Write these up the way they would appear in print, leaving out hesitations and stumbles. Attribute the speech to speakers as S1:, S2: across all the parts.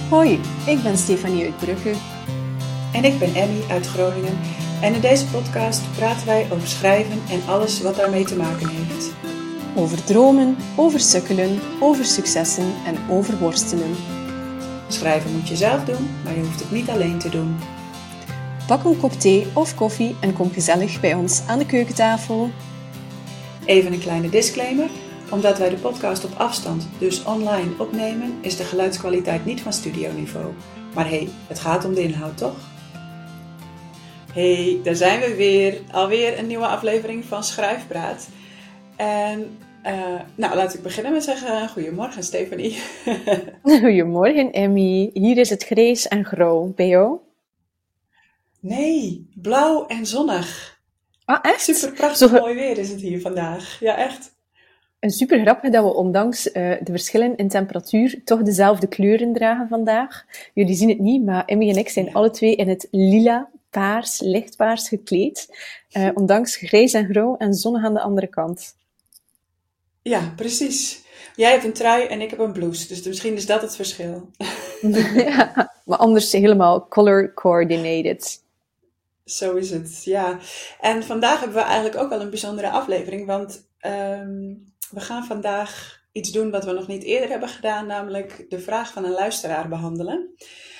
S1: Hoi, ik ben Stefanie uit Brugge.
S2: En ik ben Emmy uit Groningen. En in deze podcast praten wij over schrijven en alles wat daarmee te maken heeft.
S1: Over dromen, over sukkelen, over successen en over worstelen.
S2: Schrijven moet je zelf doen, maar je hoeft het niet alleen te doen.
S1: Pak een kop thee of koffie en kom gezellig bij ons aan de keukentafel.
S2: Even een kleine disclaimer. Omdat wij de podcast op afstand, dus online, opnemen, is de geluidskwaliteit niet van studioniveau. Maar hey, het gaat om de inhoud, toch? Hey, daar zijn we weer. Alweer een nieuwe aflevering van Schrijfpraat. En laat ik beginnen met zeggen, goedemorgen Stefanie.
S1: Goedemorgen Emmy, hier is het grijs en grauw. Bij jou?
S2: Nee, blauw en zonnig.
S1: Ah, echt?
S2: Super prachtig mooi weer is het hier vandaag. Ja, echt.
S1: En super grappig dat we ondanks de verschillen in temperatuur toch dezelfde kleuren dragen vandaag. Jullie zien het niet, maar Emmy en ik zijn alle twee in het lila, paars, lichtpaars gekleed. Ondanks grijs en grauw en zonnig aan de andere kant.
S2: Ja, precies. Jij hebt een trui en ik heb een blouse, dus misschien is dat het verschil.
S1: Ja, maar anders helemaal color coordinated.
S2: Zo is het, ja. En vandaag hebben we eigenlijk ook wel een bijzondere aflevering, want we gaan vandaag iets doen wat we nog niet eerder hebben gedaan, namelijk de vraag van een luisteraar behandelen.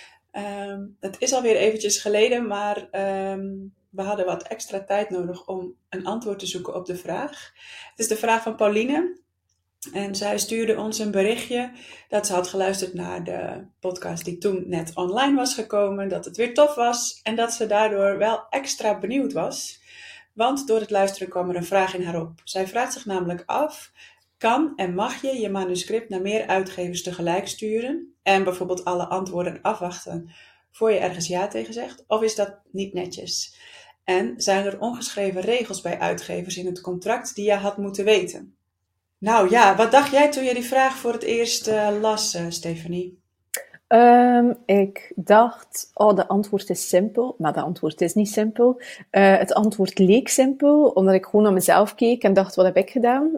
S2: Het is alweer eventjes geleden, maar we hadden wat extra tijd nodig om een antwoord te zoeken op de vraag. Het is de vraag van Pauline. En zij stuurde ons een berichtje dat ze had geluisterd naar de podcast die toen net online was gekomen. Dat het weer tof was en dat ze daardoor wel extra benieuwd was. Want door het luisteren kwam er een vraag in haar op. Zij vraagt zich namelijk af, kan en mag je je manuscript naar meer uitgevers tegelijk sturen? En bijvoorbeeld alle antwoorden afwachten voor je ergens ja tegen zegt? Of is dat niet netjes? En zijn er ongeschreven regels bij uitgevers in het contract die je had moeten weten? Nou ja, wat dacht jij toen je die vraag voor het eerst las, Stefanie?
S1: Ik dacht, de antwoord is simpel, maar de antwoord is niet simpel. Het antwoord leek simpel, omdat ik gewoon naar mezelf keek en dacht, wat heb ik gedaan?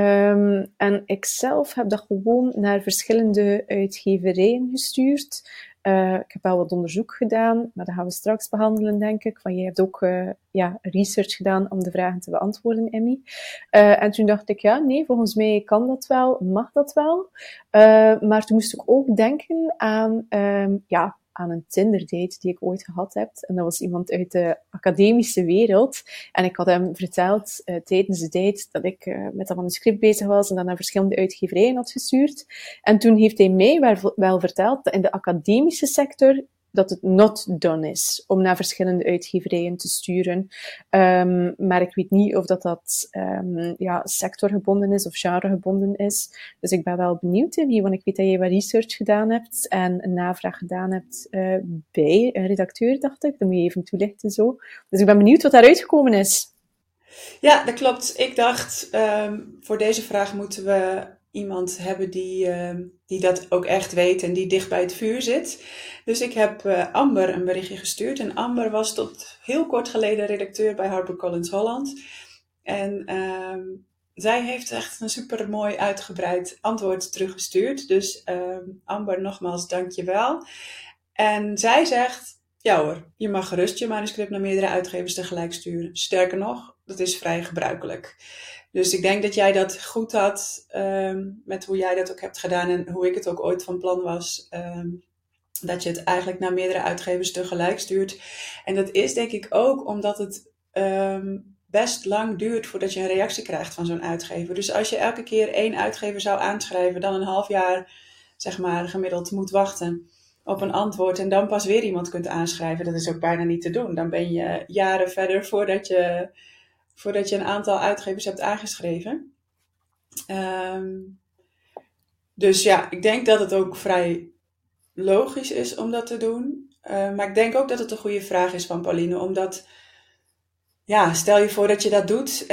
S1: En ik zelf heb dat gewoon naar verschillende uitgeverijen gestuurd. Ik heb wel wat onderzoek gedaan, maar dat gaan we straks behandelen, denk ik. Want jij hebt ook research gedaan om de vragen te beantwoorden, Emmy. En toen dacht ik, ja, nee, volgens mij kan dat wel, mag dat wel. Maar toen moest ik ook denken aan een Tinder-date die ik ooit gehad heb. En dat was iemand uit de academische wereld. En ik had hem verteld tijdens de date dat ik met dat manuscript bezig was en dat naar verschillende uitgeverijen had gestuurd. En toen heeft hij mij wel verteld dat in de academische sector dat het not done is om naar verschillende uitgeverijen te sturen. Maar ik weet niet of dat sectorgebonden is of genregebonden is. Dus ik ben wel benieuwd, Emmy, want ik weet dat jij wat research gedaan hebt en een navraag gedaan hebt bij een redacteur, dacht ik. Dat moet je even toelichten zo. Dus ik ben benieuwd wat daaruit gekomen is.
S2: Ja, dat klopt. Ik dacht, voor deze vraag moeten we iemand hebben die dat ook echt weet en die dicht bij het vuur zit. Dus ik heb Amber een berichtje gestuurd. En Amber was tot heel kort geleden redacteur bij HarperCollins Holland. En zij heeft echt een super mooi uitgebreid antwoord teruggestuurd. Dus Amber, nogmaals, dank je wel. En zij zegt, ja hoor, je mag gerust je manuscript naar meerdere uitgevers tegelijk sturen. Sterker nog, dat is vrij gebruikelijk. Dus ik denk dat jij dat goed had met hoe jij dat ook hebt gedaan en hoe ik het ook ooit van plan was. Dat je het eigenlijk naar meerdere uitgevers tegelijk stuurt. En dat is denk ik ook omdat het best lang duurt voordat je een reactie krijgt van zo'n uitgever. Dus als je elke keer 1 uitgever zou aanschrijven, dan een half jaar zeg maar gemiddeld moet wachten op een antwoord en dan pas weer iemand kunt aanschrijven. Dat is ook bijna niet te doen. Dan ben je jaren verder voordat je een aantal uitgevers hebt aangeschreven. Dus ja, ik denk dat het ook vrij logisch is om dat te doen. Maar ik denk ook dat het een goede vraag is van Pauline. Omdat, ja, stel je voor dat je dat doet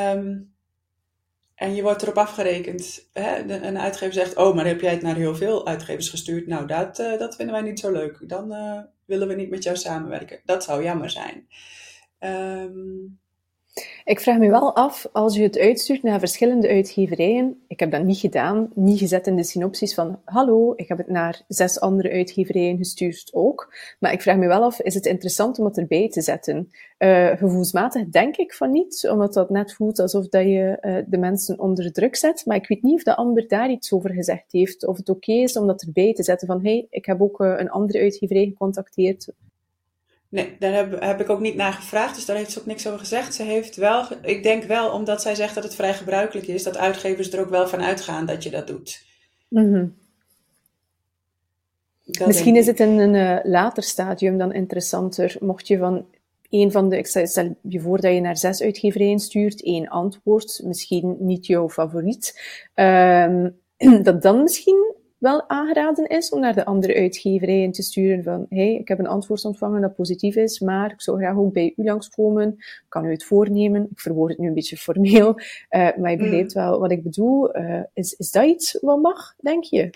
S2: en je wordt erop afgerekend. Hè? Een uitgever zegt, oh, maar heb jij het naar heel veel uitgevers gestuurd? Nou, dat vinden wij niet zo leuk. Dan willen we niet met jou samenwerken. Dat zou jammer zijn.
S1: Ik vraag me wel af, als je het uitstuurt naar verschillende uitgeverijen, ik heb dat niet gedaan, niet gezet in de synopsis van hallo, ik heb het naar 6 andere uitgeverijen gestuurd ook, maar ik vraag me wel af, is het interessant om het erbij te zetten? Gevoelsmatig denk ik van niet, omdat dat net voelt alsof dat je de mensen onder druk zet, maar ik weet niet of de Amber daar iets over gezegd heeft, of het oké is om dat erbij te zetten van hey, ik heb ook een andere uitgeverij gecontacteerd.
S2: Nee, daar heb ik ook niet naar gevraagd, dus daar heeft ze ook niks over gezegd. Ze heeft wel, ik denk wel, omdat zij zegt dat het vrij gebruikelijk is, dat uitgevers er ook wel van uitgaan dat je dat doet.
S1: Mm-hmm.
S2: Dat
S1: Misschien
S2: denk
S1: is het
S2: ik.
S1: in een later stadium dan interessanter. Mocht je van een van de, ik stel je voor dat je naar 6 uitgeverijen stuurt, 1 antwoord, misschien niet jouw favoriet, dat dan misschien wel aangeraden is om naar de andere uitgeverijen te sturen van hey, ik heb een antwoord ontvangen dat positief is, maar ik zou graag ook bij u langskomen, kan u het voornemen? Ik verwoord het nu een beetje formeel, maar je begrijpt wel wat ik bedoel. Is dat iets wat mag, denk je?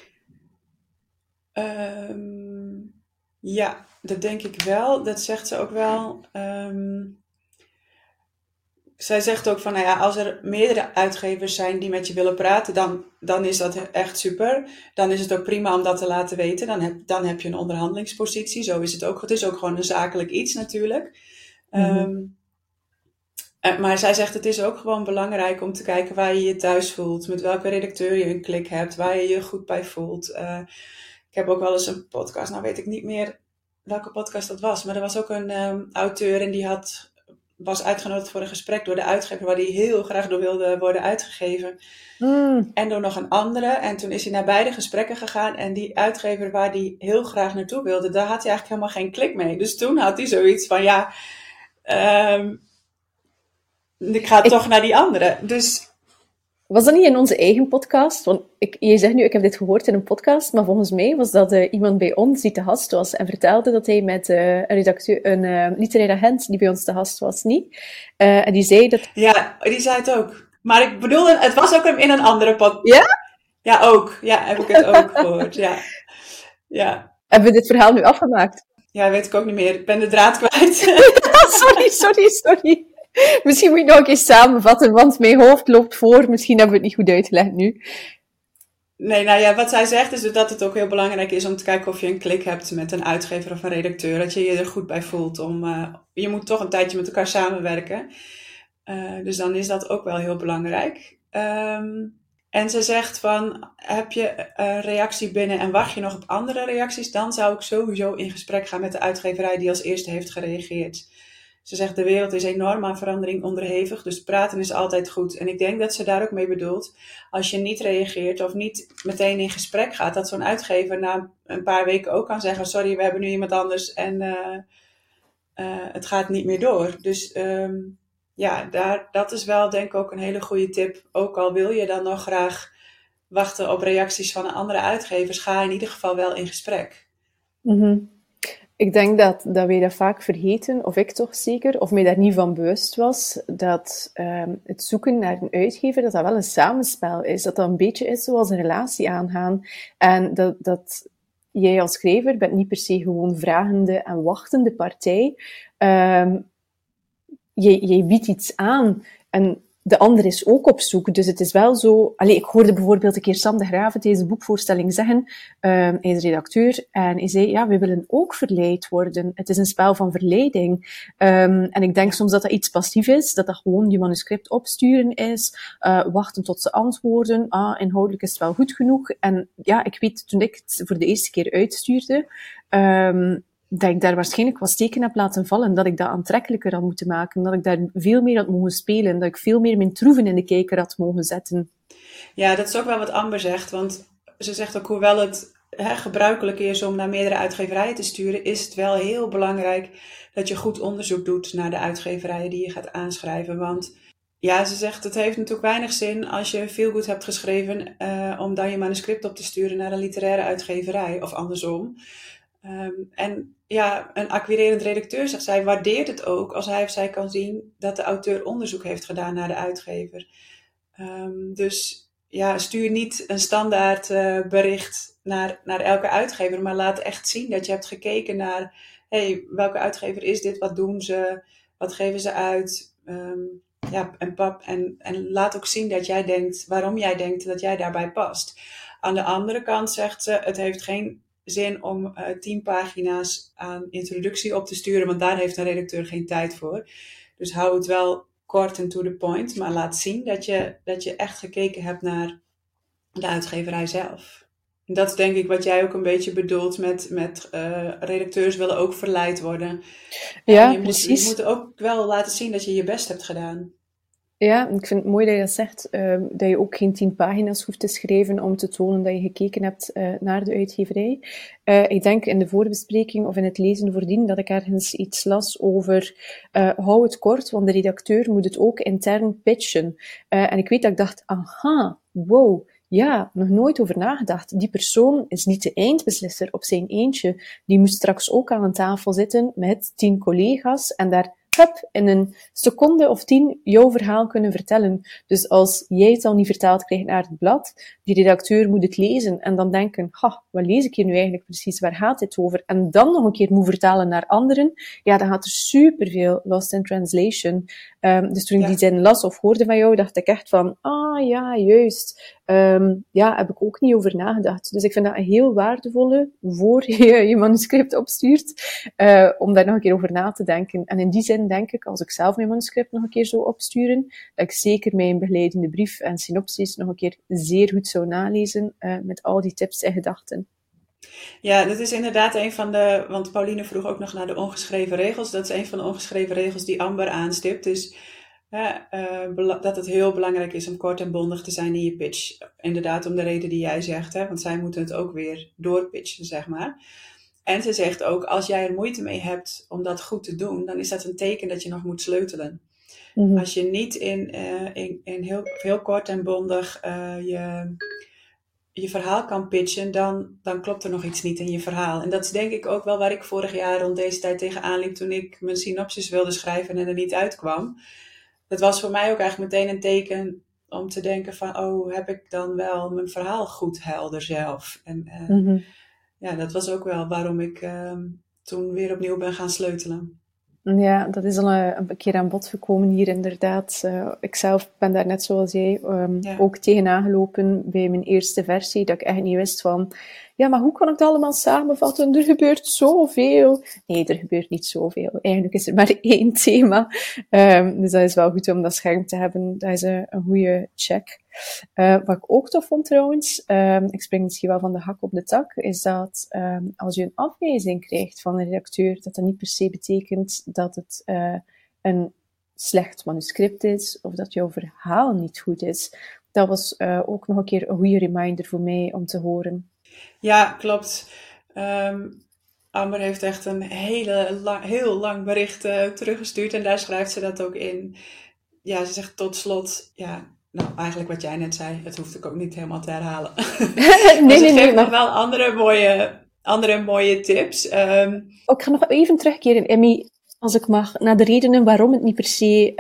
S2: Ja, dat denk ik wel. Dat zegt ze ook wel. Zij zegt ook van, nou ja, als er meerdere uitgevers zijn die met je willen praten, dan is dat echt super. Dan is het ook prima om dat te laten weten. Dan heb je een onderhandelingspositie. Zo is het ook. Het is ook gewoon een zakelijk iets natuurlijk.
S1: Mm-hmm.
S2: Maar zij zegt, het is ook gewoon belangrijk om te kijken waar je je thuis voelt. Met welke redacteur je een klik hebt. Waar je je goed bij voelt. Ik heb ook wel eens een podcast, nou weet ik niet meer welke podcast dat was. Maar er was ook een auteur en die was uitgenodigd voor een gesprek door de uitgever waar hij heel graag door wilde worden uitgegeven. En door nog een andere. En toen is hij naar beide gesprekken gegaan. En die uitgever waar hij heel graag naartoe wilde, daar had hij eigenlijk helemaal geen klik mee. Dus toen had hij zoiets van, ja, ik ga toch naar die andere. Dus
S1: Was dat niet in onze eigen podcast? Want je zegt nu, ik heb dit gehoord in een podcast, maar volgens mij was dat iemand bij ons die te gast was en vertelde dat hij met een redacteur, een literaire agent die bij ons te gast was, niet? En die zei dat...
S2: ja, die zei het ook. Maar ik bedoelde, het was ook in een andere podcast.
S1: Ja?
S2: Ja, ook. Ja, heb ik het ook gehoord. Ja. Ja.
S1: Hebben we dit verhaal nu afgemaakt?
S2: Ja, weet ik ook niet meer. Ik ben de draad kwijt.
S1: Sorry. Misschien moet ik nog een keer samenvatten, want mijn hoofd loopt voor. Misschien hebben we het niet goed uitgelegd nu.
S2: Nee, nou ja, wat zij zegt is dat het ook heel belangrijk is om te kijken of je een klik hebt met een uitgever of een redacteur. Dat je je er goed bij voelt. Je moet toch een tijdje met elkaar samenwerken. Dus dan is dat ook wel heel belangrijk. En ze zegt van, heb je een reactie binnen en wacht je nog op andere reacties? Dan zou ik sowieso in gesprek gaan met de uitgeverij die als eerste heeft gereageerd. Ze zegt, de wereld is enorm aan verandering onderhevig, dus praten is altijd goed. En ik denk dat ze daar ook mee bedoelt, als je niet reageert of niet meteen in gesprek gaat, dat zo'n uitgever na een paar weken ook kan zeggen, sorry, we hebben nu iemand anders en het gaat niet meer door. Dus ja, dat is wel denk ik ook een hele goede tip. Ook al wil je dan nog graag wachten op reacties van andere uitgevers, ga in ieder geval wel in gesprek.
S1: Mm-hmm. Ik denk dat wij dat vaak vergeten, of ik toch zeker, of mij daar niet van bewust was, dat het zoeken naar een uitgever, dat wel een samenspel is. Dat een beetje is zoals een relatie aangaan. En dat jij als schrijver bent niet per se gewoon vragende en wachtende partij. Jij biedt iets aan en de ander is ook op zoek. Dus het is wel zo... ik hoorde bijvoorbeeld een keer Sam de Graven tijdens de boekvoorstelling zeggen, hij is redacteur, en hij zei, ja, we willen ook verleid worden. Het is een spel van verleiding. En ik denk soms dat dat iets passief is, dat gewoon je manuscript opsturen is, wachten tot ze antwoorden, inhoudelijk is het wel goed genoeg. En ja, ik weet, toen ik het voor de eerste keer uitstuurde, dat ik daar waarschijnlijk wat steken heb laten vallen, dat ik dat aantrekkelijker had moeten maken, dat ik daar veel meer had mogen spelen, dat ik veel meer mijn troeven in de kijker had mogen zetten.
S2: Ja, dat is ook wel wat Amber zegt, want ze zegt ook, hoewel het gebruikelijk is om naar meerdere uitgeverijen te sturen, is het wel heel belangrijk dat je goed onderzoek doet naar de uitgeverijen die je gaat aanschrijven. Want ja, ze zegt, het heeft natuurlijk weinig zin als je veel goed hebt geschreven, om dan je manuscript op te sturen naar een literaire uitgeverij, of andersom. En ja, een acquirerend redacteur, zegt zij, waardeert het ook als hij of zij kan zien dat de auteur onderzoek heeft gedaan naar de uitgever. Dus ja, stuur niet een standaard bericht naar elke uitgever, maar laat echt zien dat je hebt gekeken naar, hey, welke uitgever is dit, wat doen ze, wat geven ze uit, ja, en laat ook zien dat jij denkt, waarom jij denkt dat jij daarbij past. Aan de andere kant zegt ze, het heeft geen zin om 10 pagina's aan introductie op te sturen, want daar heeft een redacteur geen tijd voor. Dus hou het wel kort en to the point, maar laat zien dat je echt gekeken hebt naar de uitgeverij zelf. En dat is denk ik wat jij ook een beetje bedoelt met redacteurs willen ook verleid worden.
S1: Ja,
S2: Je
S1: precies.
S2: moet ook wel laten zien dat je je best hebt gedaan.
S1: Ja, ik vind het mooi dat je dat zegt, dat je ook geen 10 pagina's hoeft te schrijven om te tonen dat je gekeken hebt naar de uitgeverij. Ik denk in de voorbespreking of in het lezen voordien dat ik ergens iets las over hou het kort, want de redacteur moet het ook intern pitchen. En ik weet dat ik dacht, aha, wow, ja, nog nooit over nagedacht. Die persoon is niet de eindbeslisser op zijn eentje. Die moet straks ook aan een tafel zitten met 10 collega's en daar hup, in een seconde of 10 jouw verhaal kunnen vertellen. Dus als jij het al niet vertaald krijgt naar het blad, die redacteur moet het lezen en dan denken, ha, wat lees ik hier nu eigenlijk precies, waar gaat dit over? En dan nog een keer moet vertalen naar anderen, ja, dan gaat er superveel lost in translation. Dus toen ik die zin las of hoorde van jou, dacht ik echt van, ah ja, juist. Ja, heb ik ook niet over nagedacht. Dus ik vind dat een heel waardevolle voor je manuscript opstuurt, om daar nog een keer over na te denken. En in die zin denk ik, als ik zelf mijn manuscript nog een keer zou opsturen, dat ik zeker mijn begeleidende brief en synopsis nog een keer zeer goed zou nalezen, met al die tips en gedachten.
S2: Ja, dat is inderdaad een van de, want Pauline vroeg ook nog naar de ongeschreven regels. Dat is een van de ongeschreven regels die Amber aanstipt. Dus dat het heel belangrijk is om kort en bondig te zijn in je pitch. Inderdaad, om de reden die jij zegt, want zij moeten het ook weer doorpitchen, zeg maar. En ze zegt ook, als jij er moeite mee hebt om dat goed te doen, dan is dat een teken dat je nog moet sleutelen.
S1: Mm-hmm.
S2: Als je niet in heel kort en bondig je verhaal kan pitchen, dan klopt er nog iets niet in je verhaal. En dat is denk ik ook wel waar ik vorig jaar rond deze tijd tegenaan liep toen ik mijn synopsis wilde schrijven en er niet uitkwam. Dat was voor mij ook eigenlijk meteen een teken om te denken van, oh, heb ik dan wel mijn verhaal goed helder zelf? En ja, dat was ook wel waarom ik toen weer opnieuw ben gaan sleutelen.
S1: Ja, dat is al een keer aan bod gekomen hier inderdaad. Ik zelf ben daar net zoals jij ook tegenaan gelopen bij mijn eerste versie, dat ik echt niet wist van, ja, maar hoe kan ik het allemaal samenvatten? Er gebeurt zoveel. Nee, er gebeurt niet zoveel. Eigenlijk is er maar één thema. Dus dat is wel goed om dat scherp te hebben. Dat is een goede check. Wat ik ook tof vond trouwens, ik spring misschien wel van de hak op de tak, is dat als je een afwijzing krijgt van een redacteur, dat dat niet per se betekent dat het een slecht manuscript is, of dat jouw verhaal niet goed is. Dat was ook nog een keer een goede reminder voor mij om te horen.
S2: Ja, klopt. Amber heeft echt een heel lang bericht teruggestuurd en daar schrijft ze dat ook in. Ja, ze zegt tot slot, ja, nou eigenlijk wat jij net zei, het hoeft ik ook niet helemaal te herhalen. Nee, nog wel andere mooie tips.
S1: Ik ga nog even terugkeren, Emmy, als ik mag, naar de redenen waarom het niet per se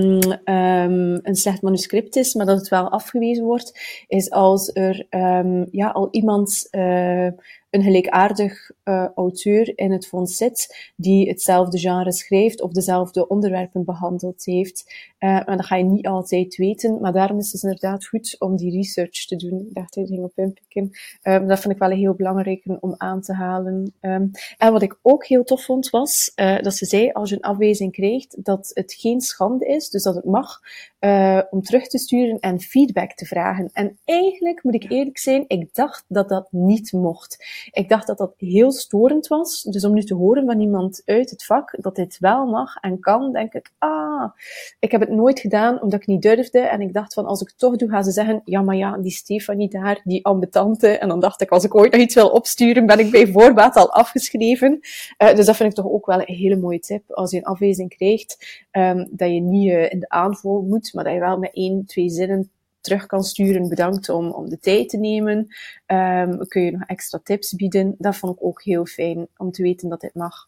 S1: een slecht manuscript is, maar dat het wel afgewezen wordt, is als er al iemand een gelijkaardig auteur in het fonds zit, die hetzelfde genre schrijft of dezelfde onderwerpen behandeld heeft. Maar dat ga je niet altijd weten, maar daarom is het inderdaad goed om die research te doen. Ik dacht, hij ging op inpikken. Dat vind ik wel heel belangrijk om aan te halen. En wat ik ook heel tof vond, was dat ze zei, als je een afwijzing krijgt, dat het geen schande is, dus dat het mag, om terug te sturen en feedback te vragen. En eigenlijk, moet ik eerlijk zijn, ik dacht dat dat niet mocht. Ik dacht dat dat heel storend was. Dus om nu te horen van iemand uit het vak dat dit wel mag en kan, denk ik, ik heb het nooit gedaan omdat ik niet durfde. En ik dacht van, als ik het toch doe, gaan ze zeggen, ja, maar ja, die Stefanie daar, die ambetante. En dan dacht ik, als ik ooit nog iets wil opsturen, ben ik bij voorbaat al afgeschreven. Dus dat vind ik toch ook wel een hele mooie tip. Als je een afwijzing krijgt, dat je niet in de aanval moet, maar dat je wel met 1, 2 zinnen terug kan sturen, bedankt om de tijd te nemen. Kun je nog extra tips bieden. Dat vond ik ook heel fijn, om te weten dat dit mag.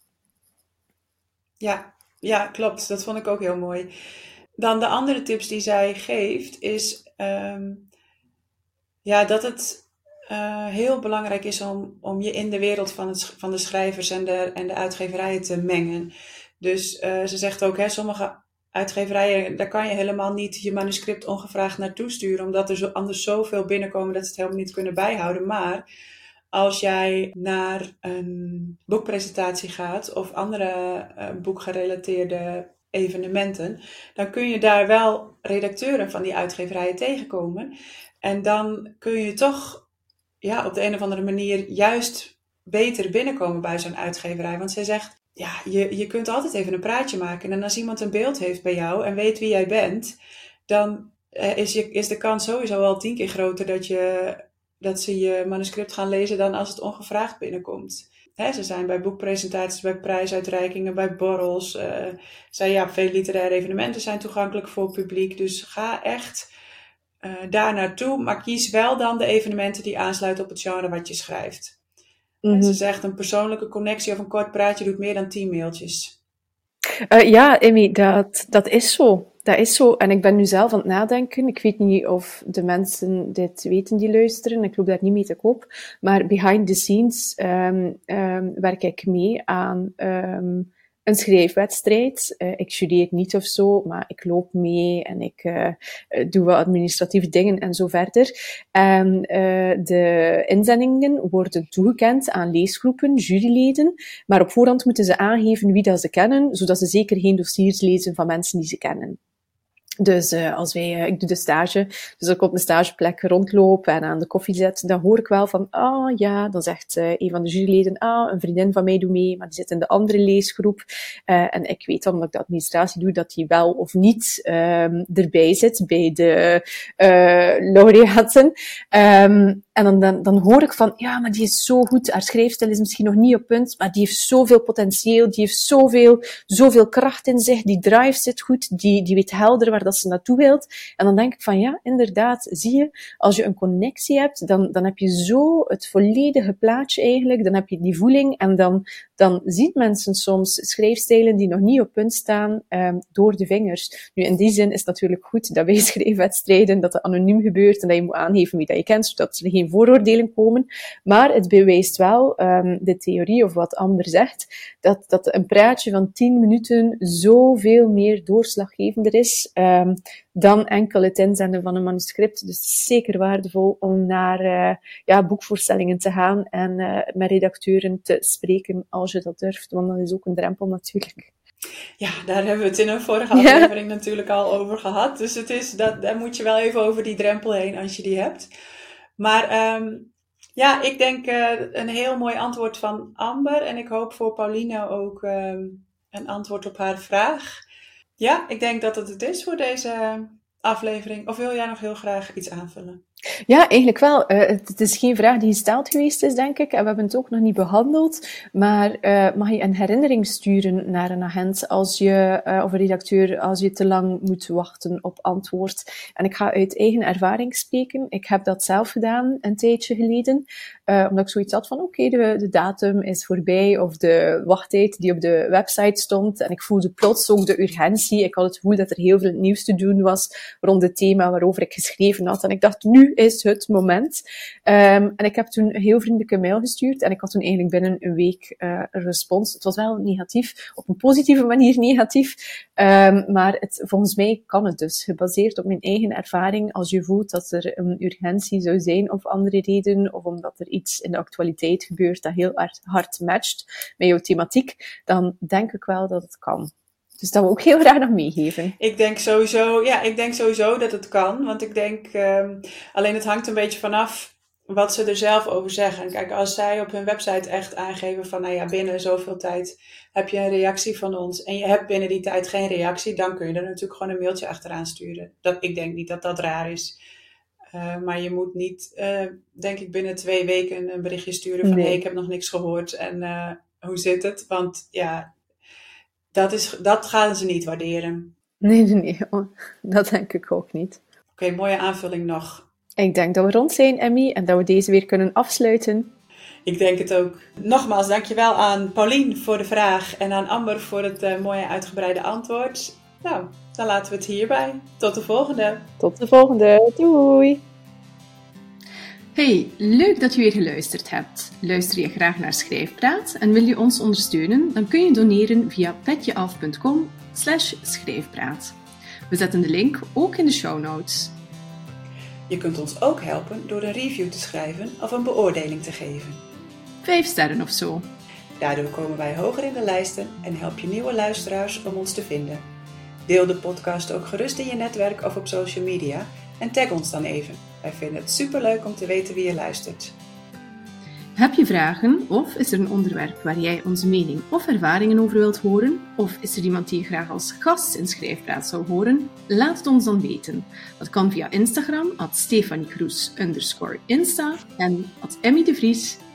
S2: Ja, klopt. Dat vond ik ook heel mooi. Dan de andere tips die zij geeft, is dat het heel belangrijk is om je in de wereld van de schrijvers en de uitgeverijen te mengen. Dus ze zegt ook, sommige uitgeverijen, daar kan je helemaal niet je manuscript ongevraagd naartoe sturen, omdat er anders zoveel binnenkomen dat ze het helemaal niet kunnen bijhouden. Maar als jij naar een boekpresentatie gaat of andere boekgerelateerde evenementen, dan kun je daar wel redacteuren van die uitgeverijen tegenkomen. En dan kun je toch op de een of andere manier juist beter binnenkomen bij zo'n uitgeverij. Want zij zegt, je kunt altijd even een praatje maken. En als iemand een beeld heeft bij jou en weet wie jij bent, dan is de kans sowieso al 10 keer groter dat ze je manuscript gaan lezen dan als het ongevraagd binnenkomt. Ze zijn bij boekpresentaties, bij prijsuitreikingen, bij borrels. Veel literaire evenementen zijn toegankelijk voor het publiek. Dus ga echt daar naartoe. Maar kies wel dan de evenementen die aansluiten op het genre wat je schrijft. Mm-hmm. Ze zegt een persoonlijke connectie of een kort praatje doet meer dan 10 mailtjes.
S1: Ja, Emmy, dat is zo. Dat is zo. En ik ben nu zelf aan het nadenken. Ik weet niet of de mensen dit weten die luisteren. Ik loop daar niet mee te koop. Maar behind the scenes werk ik mee aan een schrijfwedstrijd. Ik studeer niet of zo, maar ik loop mee en ik doe wat administratieve dingen en zo verder. En de inzendingen worden toegekend aan leesgroepen, juryleden, maar op voorhand moeten ze aangeven wie dat ze kennen, zodat ze zeker geen dossiers lezen van mensen die ze kennen. Dus ik doe de stage, dus als ik op mijn stageplek rondloop en aan de koffie zet, dan hoor ik wel van, dan zegt een van de juryleden, een vriendin van mij doet mee, maar die zit in de andere leesgroep. En ik weet dan, omdat ik de administratie doe, dat die wel of niet erbij zit bij de laureaten. En dan hoor ik van, maar die is zo goed, haar schrijfstijl is misschien nog niet op punt, maar die heeft zoveel potentieel, die heeft zoveel kracht in zich, die drive zit goed, die weet helder waar dat ze naartoe wilt. En dan denk ik van, ja, inderdaad, zie je, als je een connectie hebt, dan heb je zo het volledige plaatje eigenlijk, dan heb je die voeling, en dan ziet mensen soms schrijfstijlen die nog niet op punt staan, door de vingers. Nu, in die zin is het natuurlijk goed dat bij schrijfwedstrijden, dat het anoniem gebeurt en dat je moet aangeven wie dat je kent, zodat er geen vooroordelen komen. Maar het bewijst wel, de theorie, of wat Amber zegt, dat een praatje van 10 minuten zoveel meer doorslaggevender is, dan enkel het inzenden van een manuscript. Dus het is zeker waardevol om naar boekvoorstellingen te gaan en met redacteuren te spreken als je dat durft, want dat is ook een drempel natuurlijk.
S2: Ja, daar hebben we het in een vorige aflevering natuurlijk al over gehad. Dus het is daar moet je wel even over die drempel heen als je die hebt. Maar ik denk een heel mooi antwoord van Amber. En ik hoop voor Pauline ook een antwoord op haar vraag. Ja, ik denk dat het is voor deze aflevering. Of wil jij nog heel graag iets aanvullen?
S1: Ja, eigenlijk wel. Het is geen vraag die gesteld geweest is, denk ik. En we hebben het ook nog niet behandeld. Maar mag je een herinnering sturen naar een agent of een redacteur als je te lang moet wachten op antwoord? En ik ga uit eigen ervaring spreken. Ik heb dat zelf gedaan een tijdje geleden. Omdat ik zoiets had van, de datum is voorbij. Of de wachttijd die op de website stond. En ik voelde plots ook de urgentie. Ik had het gevoel dat er heel veel nieuws te doen was rond het thema waarover ik geschreven had. En ik dacht, nu is het moment. En ik heb toen een heel vriendelijke mail gestuurd en ik had toen eigenlijk binnen een week een respons. Het was wel negatief, op een positieve manier negatief, maar volgens mij kan het dus, gebaseerd op mijn eigen ervaring, als je voelt dat er een urgentie zou zijn of andere redenen, of omdat er iets in de actualiteit gebeurt dat heel hard matcht met jouw thematiek, dan denk ik wel dat het kan. Dus dat wil ik ook heel graag nog meegeven.
S2: Ik denk sowieso dat het kan. Want ik denk, alleen het hangt een beetje vanaf wat ze er zelf over zeggen. Kijk, als zij op hun website echt aangeven van, binnen zoveel tijd heb je een reactie van ons. En je hebt binnen die tijd geen reactie, dan kun je er natuurlijk gewoon een mailtje achteraan sturen. Ik denk niet dat dat raar is. Maar je moet niet, denk ik, binnen 2 weken een berichtje sturen van, ik heb nog niks gehoord en hoe zit het? Want dat gaan ze niet waarderen.
S1: Nee, dat denk ik ook niet.
S2: Oké, mooie aanvulling nog.
S1: Ik denk dat we rond zijn, Emmy, en dat we deze weer kunnen afsluiten.
S2: Ik denk het ook. Nogmaals, dankjewel aan Paulien voor de vraag en aan Amber voor het mooie uitgebreide antwoord. Nou, dan laten we het hierbij. Tot de volgende.
S1: Tot de volgende. Doei! Hey, leuk dat je weer geluisterd hebt. Luister je graag naar Schrijfpraat en wil je ons ondersteunen? Dan kun je doneren via petjeaf.com/schrijfpraat. We zetten de link ook in de show notes.
S2: Je kunt ons ook helpen door een review te schrijven of een beoordeling te geven.
S1: 5 sterren of zo.
S2: Daardoor komen wij hoger in de lijsten en help je nieuwe luisteraars om ons te vinden. Deel de podcast ook gerust in je netwerk of op social media en tag ons dan even. Wij vinden het superleuk om te weten wie je luistert.
S1: Heb je vragen of is er een onderwerp waar jij onze mening of ervaringen over wilt horen? Of is er iemand die je graag als gast in Schrijfpraat zou horen? Laat het ons dan weten. Dat kan via Instagram @Stefaniekroes_Insta en @EmmiDeVries